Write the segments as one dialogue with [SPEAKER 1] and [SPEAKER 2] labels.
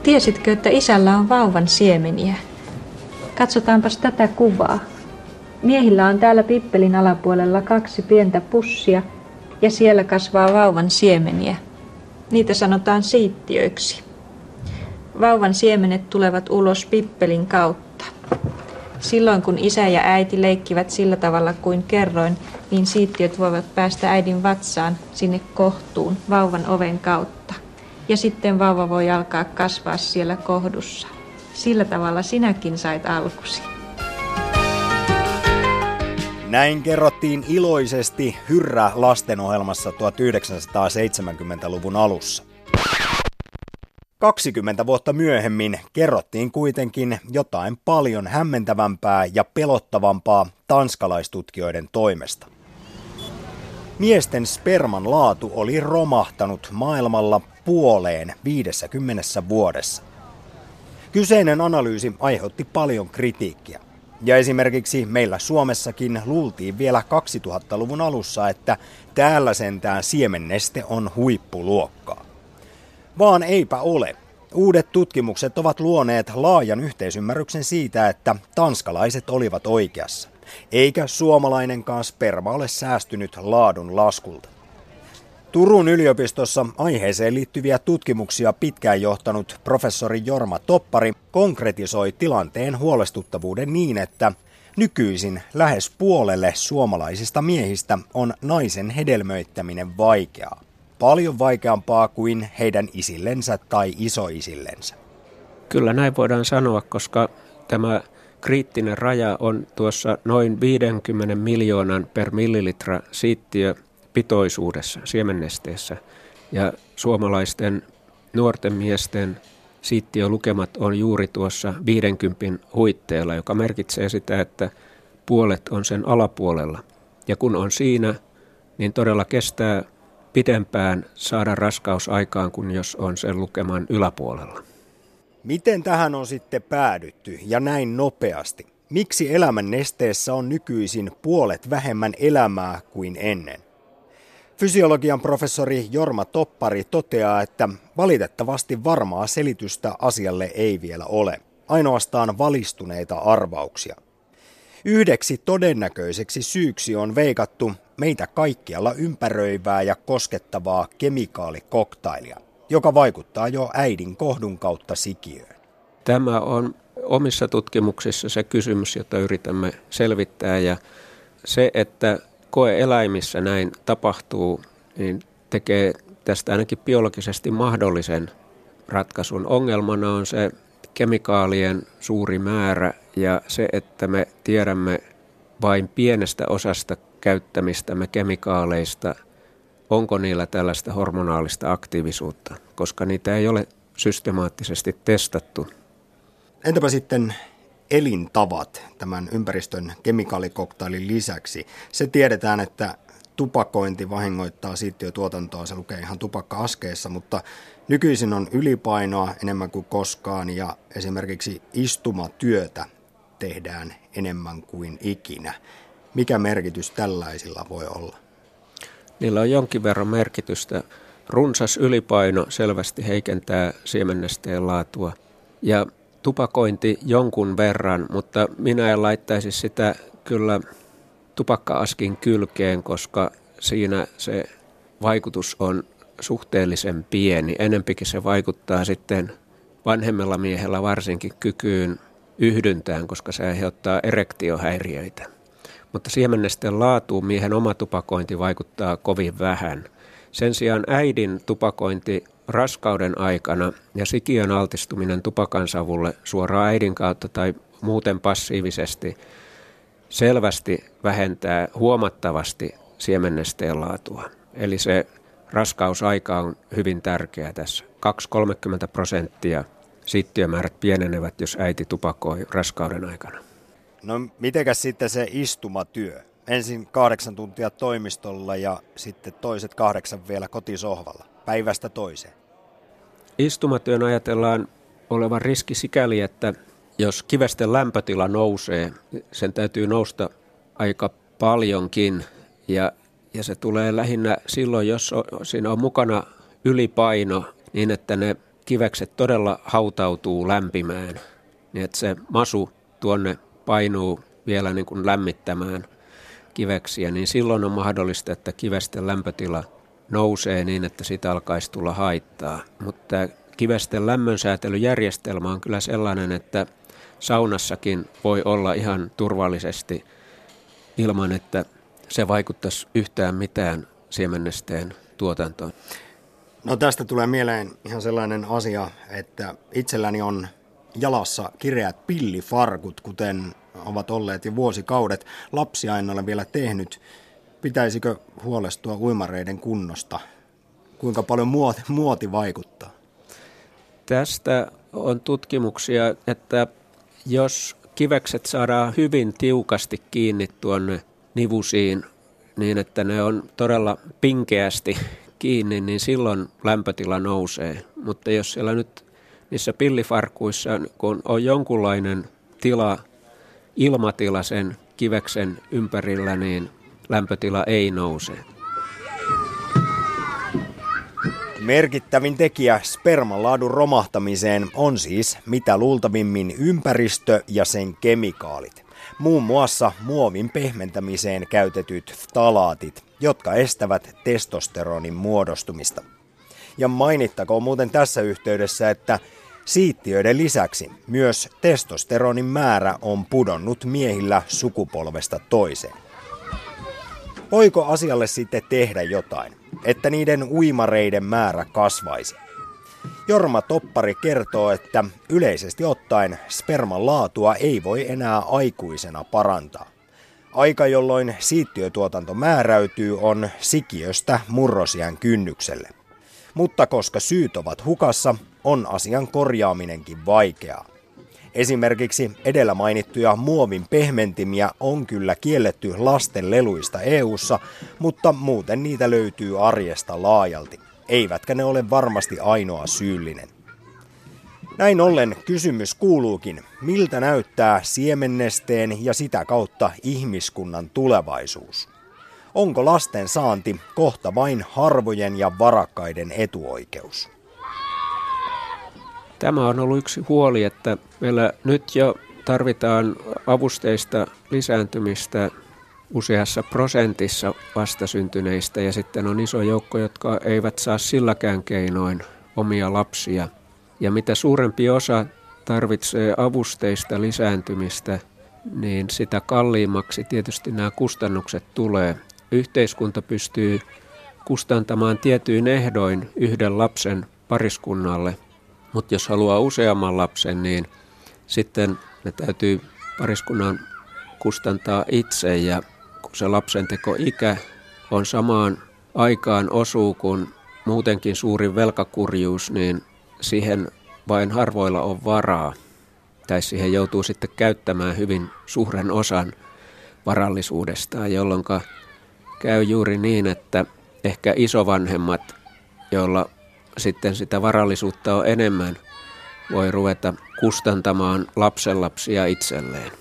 [SPEAKER 1] Tiesitkö, että isällä on vauvan siemeniä? Katsotaanpas tätä kuvaa. Miehillä on täällä pippelin alapuolella 2 pientä pussia ja siellä kasvaa vauvan siemeniä. Niitä sanotaan siittiöiksi. Vauvan siemenet tulevat ulos pippelin kautta. Silloin kun isä ja äiti leikkivät sillä tavalla kuin kerroin, niin siittiöt voivat päästä äidin vatsaan sinne kohtuun vauvan oven kautta. Ja sitten vauva voi alkaa kasvaa siellä kohdussa. Sillä tavalla sinäkin sait alkusi.
[SPEAKER 2] Näin kerrottiin iloisesti Hyrrä lastenohjelmassa 1970-luvun alussa. 20 vuotta myöhemmin kerrottiin kuitenkin jotain paljon hämmentävämpää ja pelottavampaa tanskalaistutkijoiden toimesta. Miesten sperman laatu oli romahtanut maailmalla puoleen 50 vuodessa. Kyseinen analyysi aiheutti paljon kritiikkiä. Ja esimerkiksi meillä Suomessakin luultiin vielä 2000-luvun alussa, että täällä sentään siemenneste on huippuluokkaa. Vaan eipä ole. Uudet tutkimukset ovat luoneet laajan yhteisymmärryksen siitä, että tanskalaiset olivat oikeassa. Eikä suomalainenkaan sperma ole säästynyt laadun laskulta. Turun yliopistossa aiheeseen liittyviä tutkimuksia pitkään johtanut professori Jorma Toppari konkretisoi tilanteen huolestuttavuuden niin, että nykyisin lähes puolelle suomalaisista miehistä on naisen hedelmöittäminen vaikeaa. Paljon vaikeampaa kuin heidän isillensä tai isoisillensä.
[SPEAKER 3] Kyllä näin voidaan sanoa, koska tämä kriittinen raja on tuossa noin 50 miljoonan per millilitra siittiö pitoisuudessa, siemennesteessä. Ja suomalaisten nuorten miesten siittiölukemat on juuri tuossa 50 huitteella, joka merkitsee sitä, että puolet on sen alapuolella. Ja kun on siinä, niin todella kestää pidempään saada raskaus aikaan kuin jos on sen lukeman yläpuolella.
[SPEAKER 2] Miten tähän on sitten päädytty ja näin nopeasti? Miksi elämän nesteessä on nykyisin puolet vähemmän elämää kuin ennen? Fysiologian professori Jorma Toppari toteaa, että valitettavasti varmaa selitystä asialle ei vielä ole. Ainoastaan valistuneita arvauksia. Yhdeksi todennäköiseksi syyksi on veikattu meitä kaikkialla ympäröivää ja koskettavaa kemikaalikoktailia, joka vaikuttaa jo äidin kohdun kautta sikiöön.
[SPEAKER 3] Tämä on omissa tutkimuksissa se kysymys, jota yritämme selvittää, ja se, että koe-eläimissä näin tapahtuu, niin tekee tästä ainakin biologisesti mahdollisen ratkaisun. Ongelmana on se kemikaalien suuri määrä ja se, että me tiedämme vain pienestä osasta käyttämistämme kemikaaleista, onko niillä tällaista hormonaalista aktiivisuutta, koska niitä ei ole systemaattisesti testattu.
[SPEAKER 2] Entäpä sitten elintavat tämän ympäristön kemikaalikoktailin lisäksi? Se tiedetään, että tupakointi vahingoittaa siittiötuotantoa, se lukee ihan tupakka-askeessa, mutta nykyisin on ylipainoa enemmän kuin koskaan ja esimerkiksi istumatyötä tehdään enemmän kuin ikinä. Mikä merkitys tällaisilla voi olla?
[SPEAKER 3] Niillä on jonkin verran merkitystä. Runsas ylipaino selvästi heikentää siemennesteen laatua ja tupakointi jonkun verran, mutta minä en laittaisi sitä kyllä tupakka-askin kylkeen, koska siinä se vaikutus on suhteellisen pieni. Enempikin se vaikuttaa sitten vanhemmalla miehellä varsinkin kykyyn yhdyntään, koska se aiheuttaa erektiohäiriöitä. Mutta siemennesteen laatuun miehen oma tupakointi vaikuttaa kovin vähän. Sen sijaan äidin tupakointi raskauden aikana ja sikiön altistuminen tupakansavulle suoraan äidin kautta tai muuten passiivisesti selvästi vähentää huomattavasti siemennesteen laatua. Eli se raskausaika on hyvin tärkeä tässä. 20-30% siittiömäärät pienenevät, jos äiti tupakoi raskauden aikana.
[SPEAKER 2] No mitenkäs sitten se istumatyö? Ensin 8 tuntia toimistolla ja sitten toiset 8 vielä kotisohvalla, päivästä toiseen.
[SPEAKER 3] Istumatyön ajatellaan olevan riski sikäli, että jos kivesten lämpötila nousee, sen täytyy nousta aika paljonkin ja se tulee lähinnä silloin, jos siinä on mukana ylipaino niin, että ne kivekset todella hautautuu lämpimään, niin että se masu tuonne painuu vielä niin kuin lämmittämään kiveksiä, niin silloin on mahdollista, että kivesten lämpötila nousee niin, että siitä alkaisi tulla haittaa. Mutta kivesten lämmönsäätelyjärjestelmä on kyllä sellainen, että saunassakin voi olla ihan turvallisesti ilman, että se vaikuttaisi yhtään mitään siemennesteen tuotantoon.
[SPEAKER 2] No tästä tulee mieleen ihan sellainen asia, että itselläni on jalassa kireät pillifarkut, kuten ovat olleet jo vuosikaudet. Lapsia en ole vielä tehnyt. Pitäisikö huolestua uimareiden kunnosta? Kuinka paljon muoti vaikuttaa?
[SPEAKER 3] Tästä on tutkimuksia, että jos kivekset saadaan hyvin tiukasti kiinni tuonne nivusiin niin, että ne on todella pinkeästi kiinni, niin silloin lämpötila nousee. Mutta jos siellä nyt niissä pillifarkuissa, kun on jonkunlainen ilmatila sen kiveksen ympärillä, niin lämpötila ei nouse.
[SPEAKER 2] Merkittävin tekijä sperman laadun romahtamiseen on siis mitä luultavimmin ympäristö ja sen kemikaalit. Muun muassa muovin pehmentämiseen käytetyt ftalaatit, jotka estävät testosteronin muodostumista. Ja mainittakoon muuten tässä yhteydessä, että siittiöiden lisäksi myös testosteronin määrä on pudonnut miehillä sukupolvesta toiseen. Voiko asialle sitten tehdä jotain, että niiden uimareiden määrä kasvaisi? Jorma Toppari kertoo, että yleisesti ottaen sperman laatua ei voi enää aikuisena parantaa. Aika, jolloin siittiötuotanto määräytyy, on sikiöstä murrosiän kynnykselle. Mutta koska syyt ovat hukassa, on asian korjaaminenkin vaikeaa. Esimerkiksi edellä mainittuja muovin pehmentimiä on kyllä kielletty lasten leluista EU:ssa, mutta muuten niitä löytyy arjesta laajalti. Eivätkä ne ole varmasti ainoa syyllinen. Näin ollen kysymys kuuluukin, miltä näyttää siemennesteen ja sitä kautta ihmiskunnan tulevaisuus? Onko lasten saanti kohta vain harvojen ja varakkaiden etuoikeus?
[SPEAKER 3] Tämä on ollut yksi huoli, että meillä nyt jo tarvitaan avusteista lisääntymistä useassa prosentissa vastasyntyneistä ja sitten on iso joukko, jotka eivät saa silläkään keinoin omia lapsia. Ja mitä suurempi osa tarvitsee avusteista lisääntymistä, niin sitä kalliimmaksi tietysti nämä kustannukset tulee. Yhteiskunta pystyy kustantamaan tietyin ehdoin yhden lapsen pariskunnalle, mutta jos haluaa useamman lapsen, niin sitten ne täytyy pariskunnan kustantaa itse ja kun se lapsentekoikä on samaan aikaan osuu kuin muutenkin suuri velkakurjuus, niin siihen vain harvoilla on varaa. Tai siihen joutuu sitten käyttämään hyvin suuren osan varallisuudestaan, jolloin käy juuri niin, että ehkä isovanhemmat, joilla sitten sitä varallisuutta on enemmän, voi ruveta kustantamaan lapsenlapsia itselleen.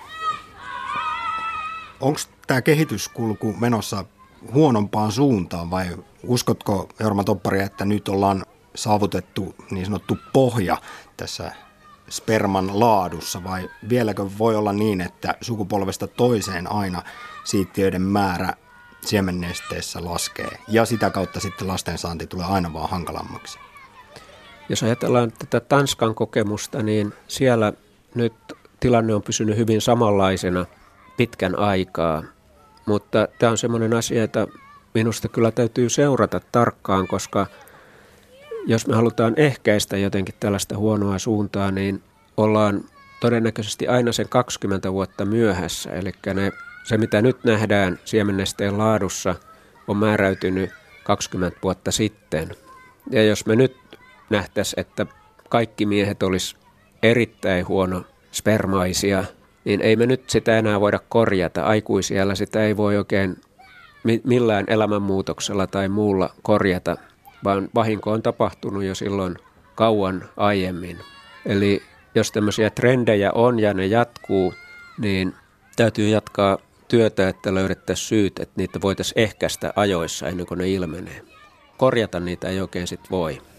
[SPEAKER 2] Onko tämä kehityskulku menossa huonompaan suuntaan vai uskotko, Jorma Toppari, että nyt ollaan saavutettu niin sanottu pohja tässä sperman laadussa vai vieläkö voi olla niin, että sukupolvesta toiseen aina siittiöiden määrä siemennesteessä laskee ja sitä kautta sitten lastensaanti tulee aina vaan hankalammaksi?
[SPEAKER 3] Jos ajatellaan tätä Tanskan kokemusta, niin siellä nyt tilanne on pysynyt hyvin samanlaisena pitkän aikaa, mutta tämä on semmoinen asia, että minusta kyllä täytyy seurata tarkkaan, koska jos me halutaan ehkäistä jotenkin tällaista huonoa suuntaa, niin ollaan todennäköisesti aina sen 20 vuotta myöhässä. Eli se, mitä nyt nähdään siemennesteen laadussa, on määräytynyt 20 vuotta sitten. Ja jos me nyt nähtäisiin, että kaikki miehet olisi erittäin huono spermaisia, niin ei me nyt sitä enää voida korjata. Aikuisiellä sitä ei voi oikein millään elämänmuutoksella tai muulla korjata, vaan vahinko on tapahtunut jo silloin kauan aiemmin. Eli jos tämmöisiä trendejä on ja ne jatkuu, niin täytyy jatkaa työtä, että löydettäisiin syyt, että niitä voitaisiin ehkäistä ajoissa ennen kuin ne ilmenee. Korjata niitä ei oikein sit voi.